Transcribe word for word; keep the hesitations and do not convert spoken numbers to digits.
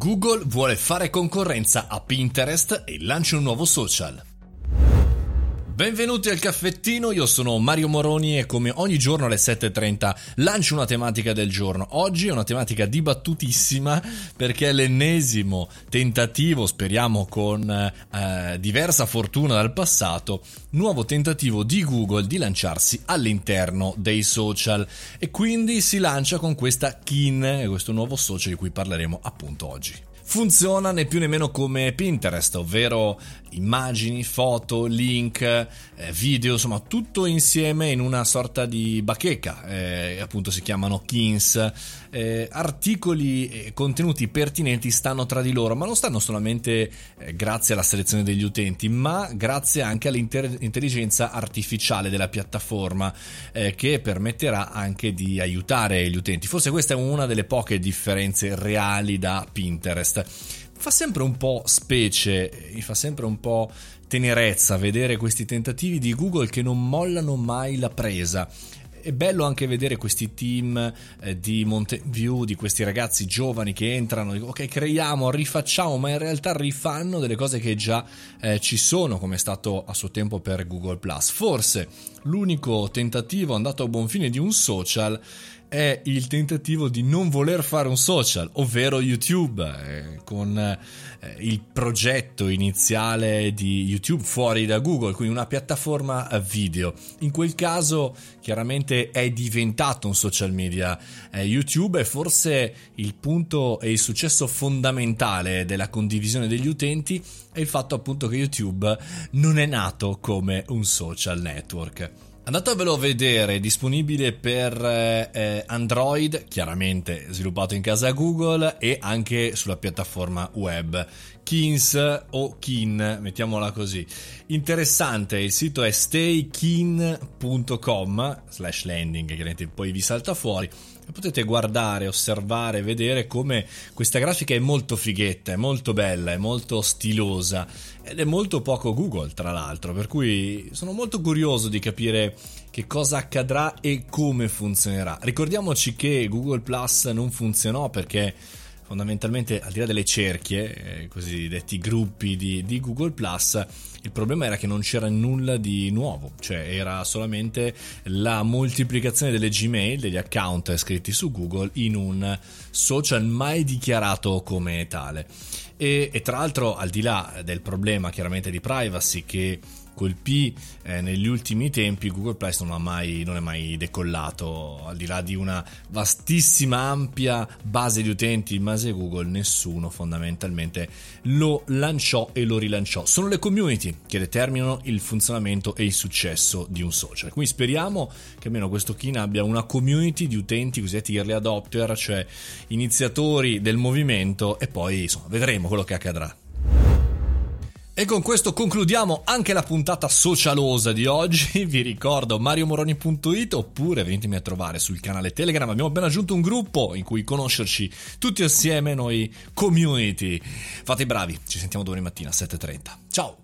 Google vuole fare concorrenza a Pinterest e lancia un nuovo social. Benvenuti al caffettino, io sono Mario Moroni e come ogni giorno alle sette e trenta lancio una tematica del giorno. Oggi è una tematica dibattutissima perché è l'ennesimo tentativo, speriamo con eh, diversa fortuna dal passato, nuovo tentativo di Google di lanciarsi all'interno dei social e quindi si lancia con questa Kin, questo nuovo social di cui parleremo appunto oggi. Funziona né più né meno come Pinterest, ovvero immagini, foto, link, eh, video, insomma tutto insieme in una sorta di bacheca, eh, appunto si chiamano Kins. Eh, articoli e contenuti pertinenti stanno tra di loro, ma non stanno solamente eh, grazie alla selezione degli utenti, ma grazie anche all'intelligenza artificiale della piattaforma eh, che permetterà anche di aiutare gli utenti. Forse questa è una delle poche differenze reali da Pinterest. Fa sempre un po' specie, mi fa sempre un po' tenerezza vedere questi tentativi di Google che non mollano mai la presa. È bello anche vedere questi team eh, di Mountain View, di questi ragazzi giovani che entrano, dicono, ok, creiamo, rifacciamo, ma in realtà rifanno delle cose che già eh, ci sono, come è stato a suo tempo per Google Plus. Forse l'unico tentativo andato a buon fine di un social è il tentativo di non voler fare un social, ovvero YouTube, eh, con eh, il progetto iniziale di YouTube fuori da Google, quindi una piattaforma video. In quel caso chiaramente è diventato un social media eh, YouTube e forse il punto e il successo fondamentale della condivisione degli utenti è il fatto appunto che YouTube non è nato come un social network. Andatevelo a vedere, è disponibile per eh, Android, chiaramente sviluppato in casa Google, e anche sulla piattaforma web. Kins o Kin, mettiamola così. Interessante, il sito è staykin punto com slash landing, che poi vi salta fuori. E potete guardare, osservare, vedere come questa grafica è molto fighetta, è molto bella, è molto stilosa ed è molto poco Google tra l'altro, per cui sono molto curioso di capire che cosa accadrà e come funzionerà. Ricordiamoci che Google Plus non funzionò perché fondamentalmente, al di là delle cerchie, eh, cosiddetti gruppi di, di Google Plus, il problema era che non c'era nulla di nuovo, cioè era solamente la moltiplicazione delle Gmail, degli account scritti su Google in un social mai dichiarato come tale. E, e tra l'altro, al di là del problema chiaramente di privacy che colpì eh, negli ultimi tempi, Google Plus non, ha mai, non è mai decollato. Al di là di una vastissima ampia base di utenti in base a Google, nessuno fondamentalmente lo lanciò e lo rilanciò. Sono le community che determinano il funzionamento e il successo di un social, quindi speriamo che almeno questo Kin abbia una community di utenti cosiddetti early adopter, cioè iniziatori del movimento, e poi insomma vedremo quello che accadrà. E con questo concludiamo anche la puntata socialosa di oggi. Vi ricordo mario moroni punto it oppure venitemi a trovare sul canale Telegram. Abbiamo appena aggiunto un gruppo in cui conoscerci tutti assieme, noi community. Fate i bravi, ci sentiamo domani mattina alle sette e trenta. Ciao!